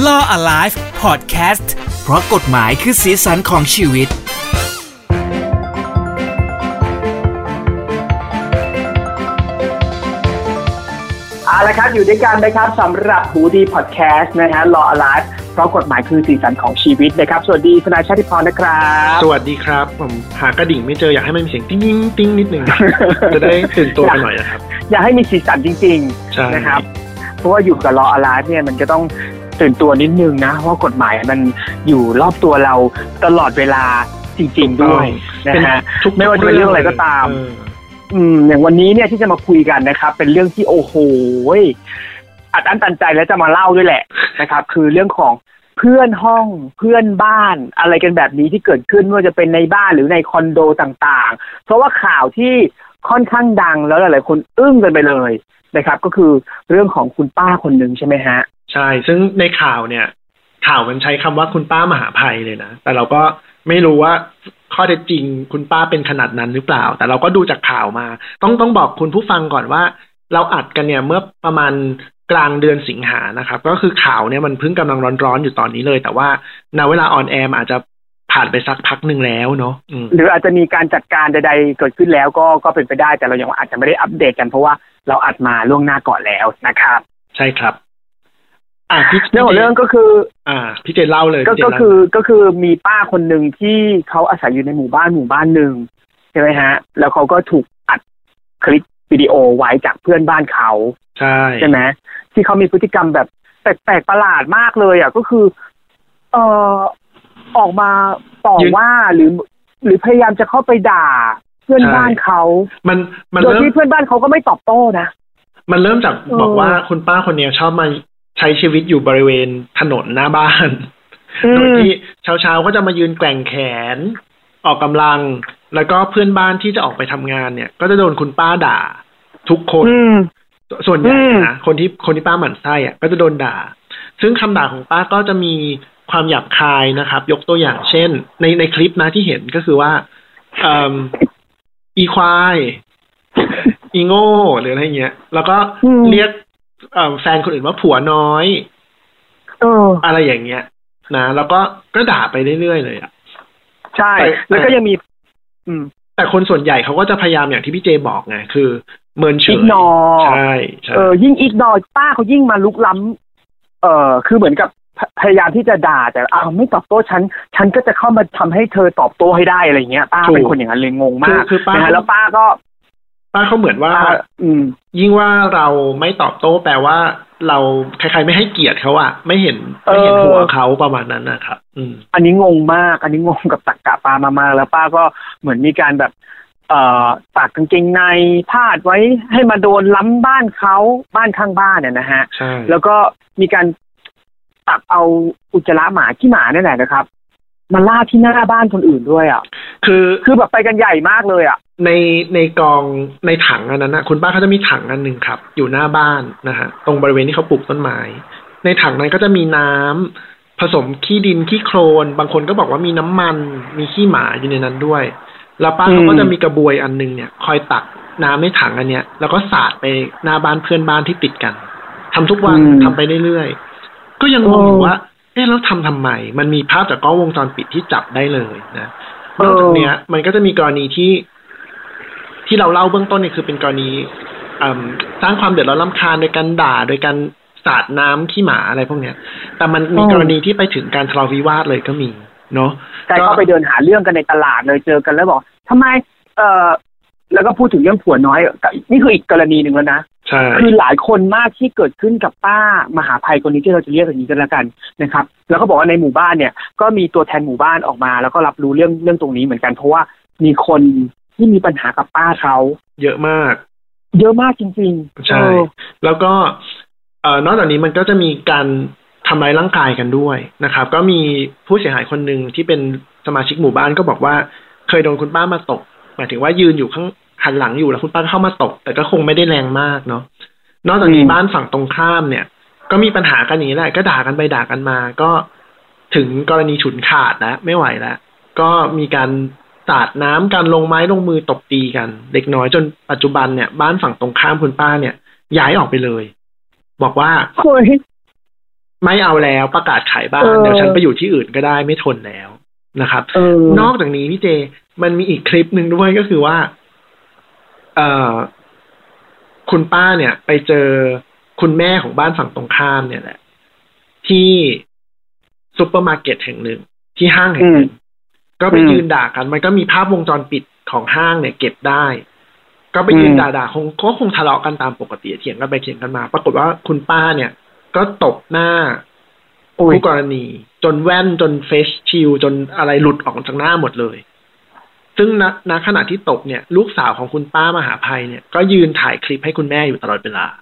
Law Alive Podcast เพราะกฎหมายคือสีสันของชีวิตเอาละครับอยู่ด้วยกันนะครับสำหรับหูดีพอดแคสต์นะฮะ Law Alive เพราะกฎหมายคือสีสันของชีวิตนะครับสวัสดีทนายชาติพรนะครับสวัสดีครับผมหากระดิ่งไม่เจออยากให้มันมีเสียงติ้งติ้งติ้งนิดนึง จะได้ตื่นตัวกันหน่อยนะครับอยากให้มีสีสันจริงๆนะครับเพราะว่าอยู่กับ Law Alive เนี่ยมันจะต้องตื่นตัวนิดนึงนะว่ากฎหมายมันอยู่รอบตัวเราตลอดเวลาจริงๆด้วยนะฮะไม่ว่าจะเป็นเรื่องอะไรก็ตามอย่างวันนี้เนี่ยที่จะมาคุยกันนะครับเป็นเรื่องที่โอ้โหอัดอั้นตันใจและจะมาเล่าด้วยแหละนะครับคือเรื่องของเพื่อนห้องเพื่อนบ้านอะไรกันแบบนี้ที่เกิดขึ้นไม่ว่าจะเป็นในบ้านหรือในคอนโดต่างๆเพราะว่าข่าวที่ค่อนข้างดังแล้วหลายๆคนอึ้งกันไปเลยนะครับก็คือเรื่องของคุณป้าคนหนึ่งใช่ไหมฮะใช่ซึ่งในข่าวเนี่ยข่าวมันใช้คำว่าคุณป้ามหาภัยเลยนะแต่เราก็ไม่รู้ว่าข้อเท็จจริงคุณป้าเป็นขนาดนั้นหรือเปล่าแต่เราก็ดูจากข่าวมาต้องบอกคุณผู้ฟังก่อนว่าเราอัดกันเนี่ยเมื่อประมาณกลางเดือนสิงหานะครับก็คือข่าวเนี่ยมันเพิ่งกำลังร้อนๆอยู่ตอนนี้เลยแต่ว่าณเวลาออนแอร์อาจจะผ่านไปสักพักหนึ่งแล้วเนาะหรืออาจจะมีการจัดการใดๆเกิดขึ้นแล้วก็เป็นไปได้แต่เรายังอาจจะไม่ได้อัปเดตกันเพราะว่าเราอัดมาล่วงหน้าก่อนแล้วนะครับใช่ครับเรื่องก็คือพี่เจนเล่าเลยก็คือมีป้าคนหนึ่งที่เขาอาศัยอยู่ในหมู่บ้านหนึ่งใช่ไหมฮะแล้วเขาก็ถูกอัดคลิปวิดีโอไว้จากเพื่อนบ้านเขาใช่ไหมที่เขามีพฤติกรรมแบบแปลกประหลาดมากเลยก็คือออกมาต่อว่าหรือพยายามจะเข้าไปด่าเพื่อนบ้านเขาโดยที่เพื่อนบ้านเขาก็ไม่ตอบโต้นะมันเริ่มจากบอกว่าคุณป้าคนนี้ชอบมาใช้ชีวิตอยู่บริเวณถนนหน้าบ้านโดยที่เช้าๆก็จะมายืนแกว่งแขนออกกำลังแล้วก็เพื่อนบ้านที่จะออกไปทำงานเนี่ยก็จะโดนคุณป้าด่าทุกคนส่วนใหญ่นะคนที่ป้าหมั่นไส้ก็จะโดนด่าซึ่งคำด่าของป้าก็จะมีความหยาบคายนะครับยกตัวอย่างเช่นในคลิปนะที่เห็นก็คือว่าอีควายอีโง่หรืออะไรเงี้ยแล้วก็เรียกแฟนคนอื่นว่าผัวน้อยอะไรอย่างเงี้ยนะแล้วก็ด่าไปเรื่อยๆเลยใช่แล้วก็ยังมีแต่คนส่วนใหญ่เขาก็จะพยายามอย่างที่พี่เจบอกไงคือเมินเฉยใช่ยิ่งอีกนอป้าเขายิ่งมาลุกล้ำคือเหมือนกับพยายามที่จะด่าแต่ไม่ตอบโต้ฉันก็จะเข้ามาทำให้เธอตอบโต้ให้ได้อะไรเงี้ยป้าเป็นคนอย่างนั้นเลยงงมากนะฮะแล้วป้าเขาเหมือนว่ายิ่งว่าเราไม่ตอบโต้แปลว่าเราใครๆไม่ให้เกียรติเขาไม่เห็นหัวเขาประมาณนั้นนะครับอันนี้งงมากอันนี้งงกับตรรกะป้ามากๆแล้วป้าก็เหมือนมีการแบบตากกางเกงในพาดไว้ให้มาโดนล้ำบ้านเขาบ้านข้างบ้านเนี่ยนะฮะแล้วก็มีการตักเอาอุจจาระหมาขี้หมานั่นแหละนะครับมาลาดที่หน้าบ้านคนอื่นด้วยคือแบบไปกันใหญ่มากเลยในกองในถังอันนั้นนะคุณป้าเขาจะมีถังอันนึงครับอยู่หน้าบ้านนะฮะตรงบริเวณที่เขาปลูกต้นไม้ในถังนั้นก็จะมีน้ำผสมขี้ดินขี้โคลนบางคนก็บอกว่ามีน้ำมันมีขี้หมาอยู่ในนั้นด้วยแล้วป้าเขาก็จะมีกระบวยอันนึงเนี่ยคอยตักน้ำในถังอันเนี้ยแล้วก็สาดไปหน้าบ้านเพื่อนบ้านที่ติดกันทำทุกวันทำไปเรื่อยๆก็ยังงงอยู่ว่าแล้วทำไมมันมีภาพจากกล้องวงจรปิดที่จับได้เลยนะนอกจากเนี้ยมันก็จะมีกรณีที่เราเล่าเบื้องต้นเนี่ยคือเป็นกรณีสร้างความเดือดร้อนรำคาญโดยการด่าโดยการสาดน้ำขี้หมาอะไรพวกเนี้ยแต่มันมีกรณีที่ไปถึงการทะเลาะวิวาทเลยก็มีเนาะแต่ก็ไปเดินหาเรื่องกันในตลาดเลยเจอกันแล้วบอกทำไมแล้วก็พูดถึงเรื่องผัวน้อยนี่คืออีกกรณีหนึ่งแล้วนะคือหลายคนมากที่เกิดขึ้นกับป้ามหาภัยคนนี้ที่เราจะเรียกอย่างนี้กันแล้วกันนะครับแล้วก็บอกว่าในหมู่บ้านเนี่ยก็มีตัวแทนหมู่บ้านออกมาแล้วก็รับรู้เรื่องตรงนี้เหมือนกันเพราะว่ามีคนที่มีปัญหากับป้าเขาเยอะมากจริงๆใช่แล้วก็นอกจากนี้มันก็จะมีการทำร้ายร่างกายกันด้วยนะครับก็มีผู้เสียหายคนหนึ่งที่เป็นสมาชิกหมู่บ้านก็บอกว่าเคยโดนคุณป้ามาตบหมายถึงว่ายืนอยู่ข้างหันหลังอยู่แล้วคุณป้าเข้ามาตบแต่ก็คงไม่ได้แรงมากเนาะนอกจากนี้บ้านฝั่งตรงข้ามเนี่ยก็มีปัญหากันอย่างนี้แหละก็ด่ากันไปด่ากันมาก็ถึงกรณีฉุนขาดแล้วไม่ไหวแล้วก็มีการสาดน้ำกันลงไม้ลงมือตบตีกันเด็กน้อยจนปัจจุบันเนี่ยบ้านฝั่งตรงข้ามคุณป้าเนี่ยย้ายออกไปเลยบอกว่าไม่เอาแล้วประกาศขายบ้านเดี๋ยวฉันไปอยู่ที่อื่นก็ได้ไม่ทนแล้วนะครับนอกจากนี้พี่เจมันมีอีกคลิปหนึ่งด้วยก็คือว่าคุณป้าเนี่ยไปเจอคุณแม่ของบ้านฝั่งตรงข้ามเนี่ยแหละที่ซุปเปอร์มาร์เก็ตแห่งหนึ่งที่ห้างแห่งหนึ่งก็ไปยืนด่ากันมันก็มีภาพวงจรปิดของห้างเนี่ยเก็บได้ก็ไปยืนด่าคงทะเลาะกันตามปกติเถียงกันไปเถียงกันมาปรากฏว่าคุณป้าเนี่ยก็ตบหน้าผู้กรณีจนแว่นจนเฟซชิลจนอะไรหลุดออกจากหน้าหมดเลยซึ่งณขณะที่ตบเนี่ยลูกสาวของคุณป้ามหาภัยเนี่ยก็ยืนถ่ายคลิปให้คุณแม่อยู่ตลอดเวลา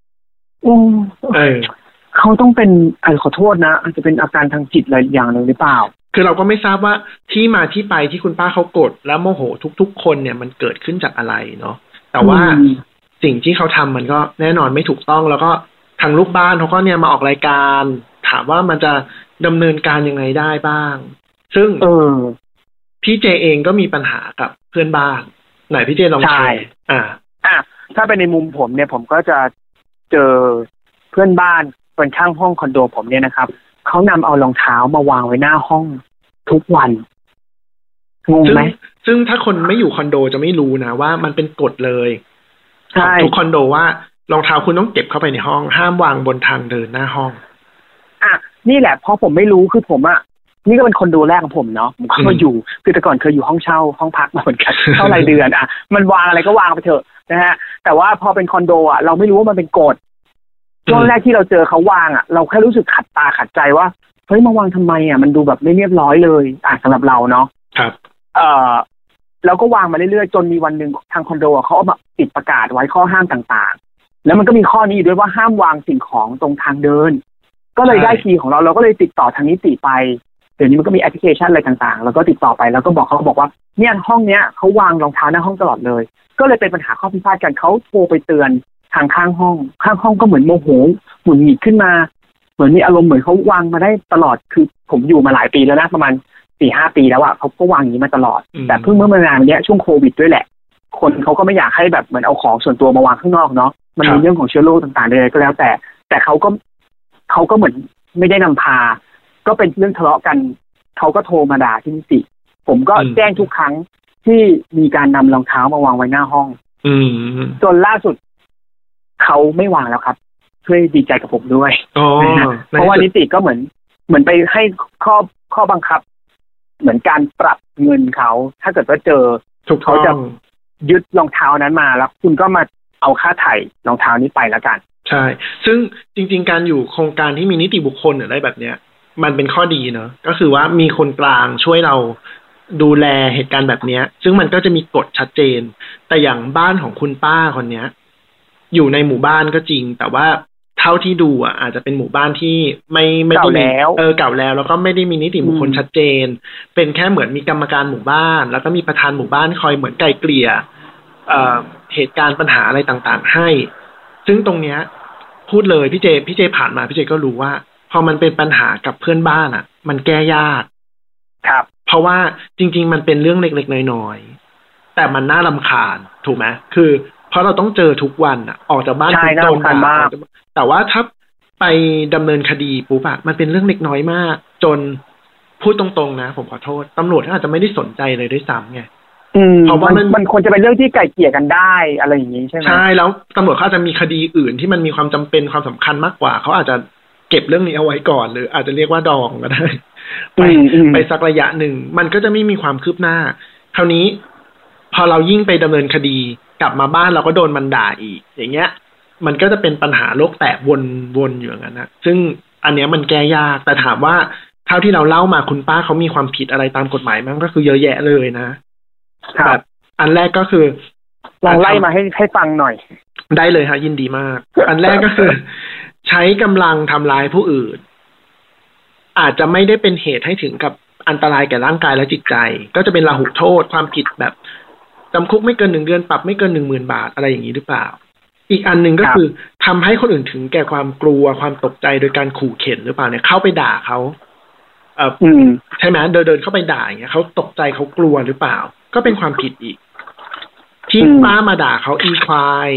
เขาต้องเป็นขอโทษนะอาจจะเป็นอาการทางจิตอะไรอย่างหนึ่งหรือเปล่าคือเราก็ไม่ทราบว่าที่มาที่ไปที่คุณป้าเขาโกรธและโมโหทุกๆคนเนี่ยมันเกิดขึ้นจากอะไรเนาะแต่ว่าสิ่งที่เขาทำมันก็แน่นอนไม่ถูกต้องแล้วก็ทางลูกบ้านเขาก็เนี่ยมาออกรายการถามว่ามันจะดำเนินการยังไงได้บ้างซึ่งพี่เจเองก็มีปัญหากับเพื่อนบ้านไหนพี่เจลองแชร์ถ้าเป็นในมุมผมเนี่ยผมก็จะเจอเพื่อนบ้านเป็นข้างห้องคอนโดผมเนี่ยนะครับเขานำเอารองเท้ามาวางไว้หน้าห้องทุกวันงงไหมซึ่งถ้าคนไม่อยู่คอนโดจะไม่รู้นะว่ามันเป็นกฎเลยทุกคอนโดว่ารองเท้าคุณต้องเก็บเข้าไปในห้องห้ามวางบนทางเดินหน้าห้องนี่แหละพอผมไม่รู้คือผมนี่ก็เป็นคอนโดแรกของผมเนาะผมก็อยู่คือแต่ก่อนเคยอยู่ห้องเช่าห้องพักมาเหมือนกันเท่ารายเดือนมันวางอะไรก็วางไปเถอะนะฮะแต่ว่าพอเป็นคอนโดเราไม่รู้ว่ามันเป็นกฎช่วงแรกที่เราเจอเขาวางเราแค่รู้สึกขัดตาขัดใจว่าเฮ้ยมาวางทำไมมันดูแบบไม่เรียบร้อยเลยสำหรับเราเนาะครับเราก็วางมาเรื่อยๆจนมีวันนึงทางคอนโดเขาเอามาติดประกาศไว้ข้อห้ามต่างๆแล้วมันก็มีข้อนี้ด้วยว่าห้ามวางสิ่งของตรงทางเดินก็เลยได้คีย์ของเราก็เลยติดต่อทางนิติไปเดี๋ยวนี้มันก็มีแอปพลิเคชันอะไรต่างๆแล้วก็ติดต่อไปแล้วก็เขาบอกว่าเนี่ยห้องเนี้ยเขาวางรองเท้าหน้าห้องตลอดเลยก็เลยเป็นปัญหาข้อพิพาทกันเขาโทรไปเตือนทางข้างห้องก็เหมือนโมโหหงุดหงิดขึ้นมาเหมือนมีอารมณ์เหมือนเขาวางมาได้ตลอดคือผมอยู่มาหลายปีแล้วนะประมาณ 4-5 ปีแล้วเขาก็วางอย่างนี้มาตลอดแต่เพิ่งเมื่อนานนี้ช่วงโควิดด้วยแหละคนเขาก็ไม่อยากให้แบบเหมือนเอาของส่วนตัวมาวางข้างนอกเนาะมันมีเรื่องของเชื้อโรคต่างๆใดๆก็แล้วแต่เขาก็เหมือนไม่ได้นำพาก็เป็นเรื่องทะเลาะกันเขาก็โทรมาด่าที่นิติผมก็แจ้งทุกครั้งที่มีการนำรองเท้ามาวางไว้หน้าห้องจนล่าสุดเขาไม่วางแล้วครับช่วยดีใจกับผมด้วยเพราะว่านิติก็เหมือนไปให้ข้อบังคับเหมือนการปรับเงินเขาถ้าเกิดว่าเจอเขาจะยึดรองเท้านั้นมาแล้วคุณก็มาเอาค่าไถ่รองเท้านี้ไปแล้วกันใช่ซึ่งจริงๆการอยู่โครงการที่มีนิติบุคคลอะไรแบบเนี้ยมันเป็นข้อดีเนอะก็คือว่ามีคนกลางช่วยเราดูแลเหตุการณ์แบบเนี้ยซึ่งมันก็จะมีกฎชัดเจนแต่อย่างบ้านของคุณป้าคนเนี้ยอยู่ในหมู่บ้านก็จริงแต่ว่าเท่าที่ดูอาจจะเป็นหมู่บ้านที่ไม่ได้เก่าแล้วแล้วก็ไม่ได้มีนิติบุคคลชัดเจนเป็นแค่เหมือนมีกรรมการหมู่บ้านแล้วก็มีประธานหมู่บ้านคอยเหมือนไกล่เกลี่ยเหตุการณ์ปัญหาอะไรต่างๆให้ซึ่งตรงเนี้ยพูดเลยพี่เจผ่านมาพี่เจก็รู้ว่าพอมันเป็นปัญหากับเพื่อนบ้านมันแก้ยากครับเพราะว่าจริงๆมันเป็นเรื่องเล็กๆน้อยๆแต่มันน่ารำคาญถูกไหมคือเพราะเราต้องเจอทุกวันออกจากบ้านทุกโดนด่าแต่ว่าถ้าไปดำเนินคดีปุ๊บมันเป็นเรื่องเล็กน้อยมากจนพูดตรงๆนะผมขอโทษตำรวจอาจจะไม่ได้สนใจเลยด้วยซ้ำไงเพราะว่ามันควรจะเป็นเรื่องที่ไกล่เกลี่ยกันได้อะไรอย่างนี้ใช่ไหมใช่แล้วตำรวจเขาจะมีคดีอื่นที่มันมีความจำเป็นความสำคัญมากกว่าเขาอาจจะเก็บเรื่องนี้เอาไว้ก่อนหรืออาจจะเรียกว่าดองก็ได้ไปสักระยะหนึ่งมันก็จะไม่มีความคืบหน้าคราวนี้พอเรายิ่งไปดำเนินคดีกลับมาบ้านเราก็โดนมันด่าอีกอย่างเงี้ยมันก็จะเป็นปัญหาโลกแตกวนอยู่อย่างนั้นนะซึ่งอันเนี้ยมันแก้ยากแต่ถามว่าเท่าที่เราเล่ามาคุณป้าเขามีความผิดอะไรตามกฎหมายมั้งก็คือเยอะแยะเลยนะแบบอันแรกก็คือลองไล่มาให้ฟังหน่อยได้เลยฮะยินดีมากอันแรกก็คือใช้กำลังทำร้ายผู้อื่นอาจจะไม่ได้เป็นเหตุให้ถึงกับอันตรายแก่ร่างกายและจิตใจก็จะเป็นละหุโทษความผิดแบบจำคุกไม่เกิน1 เดือนปรับไม่เกิน 10,000 บาทอะไรอย่างนี้หรือเปล่าอีกอันหนึ่งก็คือทำให้คนอื่นถึงแก่ความกลัวความตกใจโดยการขู่เข็นหรือเปล่าเนี่ยเข้าไปด่าเขาใช่ไหมเดินเข้าไปด่าอย่างเงี้ยเขาตกใจเขากลัวหรือเปล่าก็เป็นความผิดอีกที่ป้ามาด่าเขาอีควาย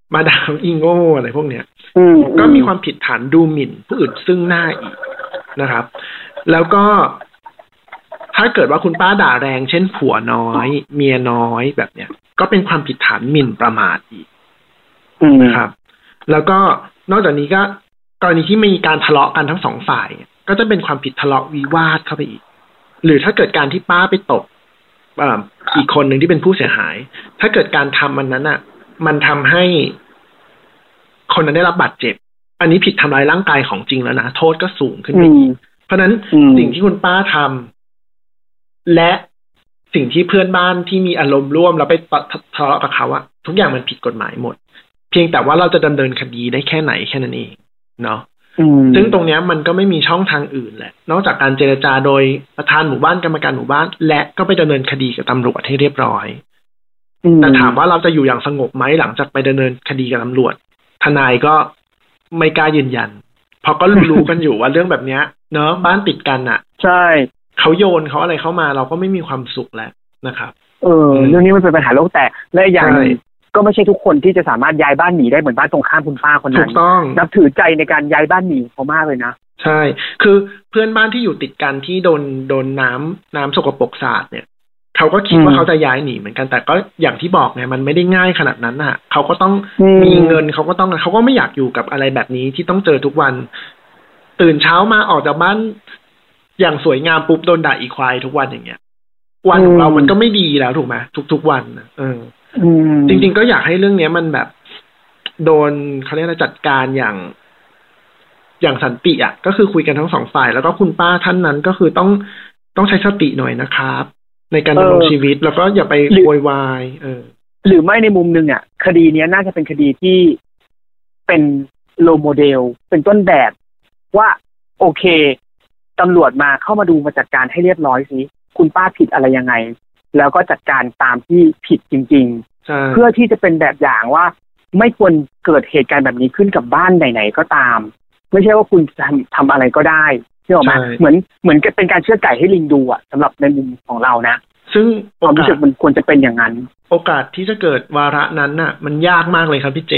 มาดามอีโง่อะไรพวกเนี้ยก็มีความผิดฐานดูหมิ่นผู้อื่นซึ่งหน้าอีกนะครับแล้วก็ถ้าเกิดว่าคุณป้าด่าแรงเช่นผัวน้อยเมียน้อยแบบเนี้ยก็เป็นความผิดฐานหมิ่นประมาทอีกนะครับแล้วก็นอกจากนี้ก็กรณีที่มีการทะเลาะกันทั้งสองฝ่ายก็จะเป็นความผิดทะเลาะวิวาทเข้าไปอีกหรือถ้าเกิดการที่ป้าไปตบอีกคนหนึ่งที่เป็นผู้เสียหายถ้าเกิดการทำมันนั้นอ่ะมันทำให้คนนั้นได้รับบาดเจ็บอันนี้ผิดทำร้ายร่างกายของจริงแล้วนะโทษก็สูงขึ้นไปอีกเพราะฉะนั้นสิ่งที่คุณป้าทำและสิ่งที่เพื่อนบ้านที่มีอารมณ์ร่วมแล้วไปทะเลาะกับเขาอะทุกอย่างมันผิดกฎหมายหมดเพียงแต่ว่าเราจะดำเนินคดีได้แค่ไหนแค่นั้นเองเนาะซึ่งตรงนี้มันก็ไม่มีช่องทางอื่นแหละนอกจากการเจรจาโดยประธานหมู่บ้านกรรมการหมู่บ้านและก็ไปดำเนินคดีกับตำรวจให้เรียบร้อยแต่ถามว่าเราจะอยู่อย่างสงบไหมหลังจากไปดำเนินคดีกับตำรวจทนายก็ไม่กล้ายืนยันเพราะก็รู้กันอยู่ว่าเรื่องแบบนี้เนาะบ้านติดกันอ่ะใช่เขาโยนเขาอะไรเข้ามาเราก็ไม่มีความสุขแล้วนะครับเรื่องนี้มันเป็นปัญหาโลกแตกและอย่างก็ไม่ใช่ทุกคนที่จะสามารถย้ายบ้านหนีได้เหมือนบ้านตรงข้ามคุณป้าคนนั้นถูกต้องนับถือใจในการย้ายบ้านหนีเขามากเลยนะใช่คือเพื่อนบ้านที่อยู่ติดกันที่โดนน้ำสกปรกสาดเนี่ยเขาก็คิดว่าเขาจะย้ายหนีเหมือนกันแต่ก็อย่างที่บอกไงมันไม่ได้ง่ายขนาดนั้นน่ะเขาก็ต้องมีเงินเขาก็ไม่อยากอยู่กับอะไรแบบนี้ที่ต้องเจอทุกวันตื่นเช้ามาออกจากบ้านอย่างสวยงามปุ๊บโดนด่าอีควายทุกวันอย่างเงี้ยวันของเรามันก็ไม่ดีแล้วถูกไหมทุกวันจริงๆก็อยากให้เรื่องนี้มันแบบโดนเขาเรียกอะไรจัดการอย่างสันติอ่ะก็คือคุยกันทั้งสองฝ่ายแล้วก็คุณป้าท่านนั้นก็คือต้องใช้สติหน่อยนะครับในการดำรงชีวิตแล้วก็อย่าไปโวยวายหรือไม่ในมุมนึงอ่ะคดีนี้น่าจะเป็นคดีที่เป็นโลโมเดลเป็นต้นแบบว่าโอเคตำรวจมาเข้ามาดูมาจัดการให้เรียบร้อยสิคุณป้าผิดอะไรยังไงแล้วก็จัดการตามที่ผิดจริงๆเพื่อที่จะเป็นแบบอย่างว่าไม่ควรเกิดเหตุการณ์แบบนี้ขึ้นกับบ้านไหนๆก็ตามไม่ใช่ว่าคุณทำอะไรก็ได้ใช่ไหมเหมือนเป็นการเชือดไก่ให้ลิงดูอ่ะสำหรับในมุมของเรานะซึ่งความรู้สึกมันควรจะเป็นอย่างนั้นโอกาสที่จะเกิดวาระนั้นน่ะมันยากมากเลยครับพี่เจ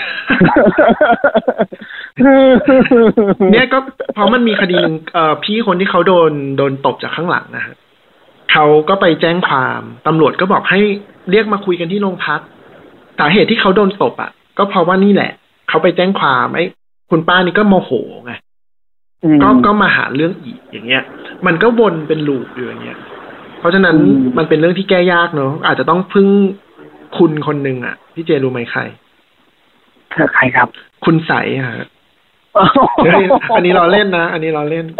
เนี่ยก็เพราะมันมีคดีนึงพี่คนที่เขาโดนตบจากข้างหลังนะฮะเขาก็ไปแจ้งความตำรวจก็บอกให้เรียกมาคุยกันที่โรงพักสาเหตุที่เขาโดนตบอ่ะก็เพราะว่านี่แหละเขาไปแจ้งความไอ้คุณป้านี่ก็โมโหไงก็มาหาเรื่องอีกอย่างเงี้ยมันก็วนเป็นลูปอยู่อย่างเงี้ยเพราะฉะนั้นมันเป็นเรื่องที่แก้ยากเนอะอาจจะต้องพึ่งคุณคนหนึ่งอ่ะพี่เจรู้ไหมใครครับคุณใสฮะอันนี้เราเล่นนะอันนี้เราเล่น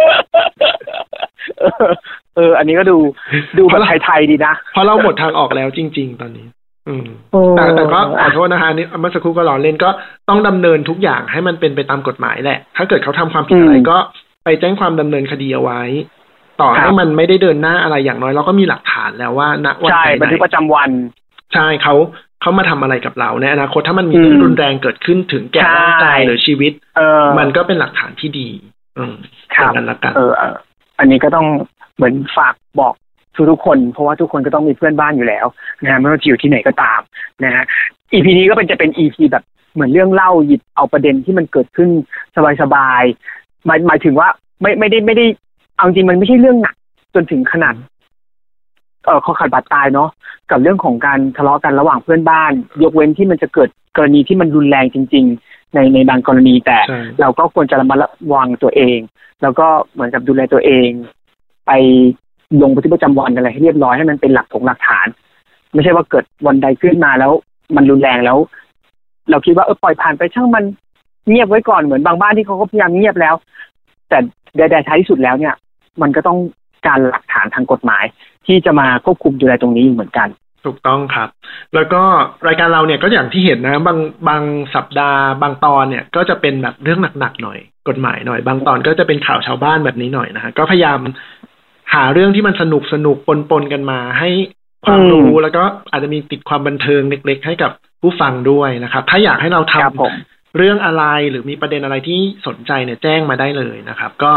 อันนี้ก็ดูแบบไทยๆดีนะเพราะเราหมดทางออกแล้วจริงๆตอนนี้แต่ก็ขอโทษนะฮะนี่เมื่อสักครู่ก็ล้อเล่นก็ต้องดำเนินทุกอย่างให้มันเป็นไปตามกฎหมายแหละถ้าเกิดเขาทำความผิดอะไรก็ไปแจ้งความดำเนินคดีเอาไว้ต่อให้มันไม่ได้เดินหน้าอะไรอย่างน้อยเราก็มีหลักฐานแล้วว่าณวันไหนใช่บันทึกประจำวันใช่เขามาทำอะไรกับเราในอนาคตถ้ามันมีเรื่องรุนแรงเกิดขึ้นถึงแก่ร่างกายหรือชีวิตมันก็เป็นหลักฐานที่ดีกันละกันอันนี้ก็ต้องเหมือนฝากบอกทุกคนเพราะว่าทุกคนก็ต้องมีเพื่อนบ้านอยู่แล้วนะฮะไม่ว่าจะอยู่ที่ไหนก็ตามนะฮะ EP นี้ก็จะเป็น EP แบบเหมือนเรื่องเล่าหยิบเอาประเด็นที่มันเกิดขึ้นสบายๆหมายถึงว่าไม่ได้เอาจริงมันไม่ใช่เรื่องหนักจนถึงขนาดคอขาดบาดตายเนาะกับเรื่องของการทะเลาะกันระหว่างเพื่อนบ้านยกเว้นที่มันจะเกิดกรณีที่มันรุนแรงจริงๆในบางกรณีแต่เราก็ควรจะระมัดระวังตัวเองแล้วก็เหมือนกับดูแลตัวเองไปลงบันทึกประจำวันอะไรให้เรียบร้อยให้มันเป็นหลักฐานไม่ใช่ว่าเกิดวันใดขึ้นมาแล้วมันรุนแรงแล้วเราคิดว่าปล่อยผ่านไปช่างมันเงียบไว้ก่อนเหมือนบางบ้านที่เขาก็พยายามเงียบแล้วแต่ใดๆท้ายที่สุดแล้วเนี่ยมันก็ต้องการหลักฐานทางกฎหมายที่จะมาควบคุมดูแลตรงนี้เหมือนกันถูกต้องครับแล้วก็รายการเราเนี่ยก็อย่างที่เห็นนะบางสัปดาห์บางตอนเนี่ยก็จะเป็นแบบเรื่องหนักๆหน่อยกฎหมายหน่อยบางตอนก็จะเป็นข่าวชาวบ้านแบบนี้หน่อยนะฮะก็พยายามหาเรื่องที่มันสนุกปนกันมาให้ความรู้แล้วก็อาจจะมีติดความบันเทิงเล็กๆให้กับผู้ฟังด้วยนะครับถ้าอยากให้เราทำเรื่องอะไรหรือมีประเด็นอะไรที่สนใจเนี่ยแจ้งมาได้เลยนะครับก็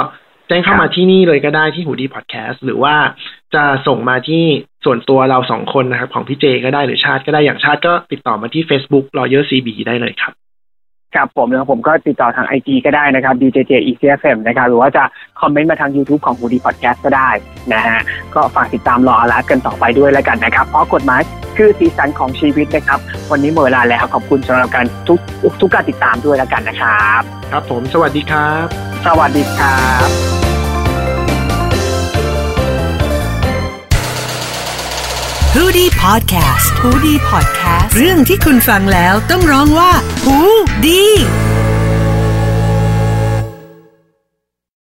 แจ้งเข้ามาที่นี่เลยก็ได้ที่หูดีพอดแคสต์หรือว่าจะส่งมาที่ส่วนตัวเรา2คนนะครับของพี่เจก็ได้หรือชาติก็ได้อย่างชาติก็ติดต่อมาที่ Facebook Lawyer CB ได้เลยครับครับผมแล้วผมก็ติดต่อทาง IG ก็ได้นะครับ DJJ ECFM นะครับหรือว่าจะคอมเมนต์มาทาง YouTube ของ Hoodie Podcast ก็ได้นะฮะก็ฝากติดตามรออาร์ตกันต่อไปด้วยแล้วกันนะครับเพราะกฎหมายคือสีสันของชีวิตนะครับวันนี้หมดเวลาแล้วขอบคุณสำหรับการทุกการติดตามด้วยแล้วกันนะครับครับผมสวัสดีครับสวัสดีครับ Hoodie Podcast เรื่องที่คุณฟังแล้วต้องร้องว่าหูดี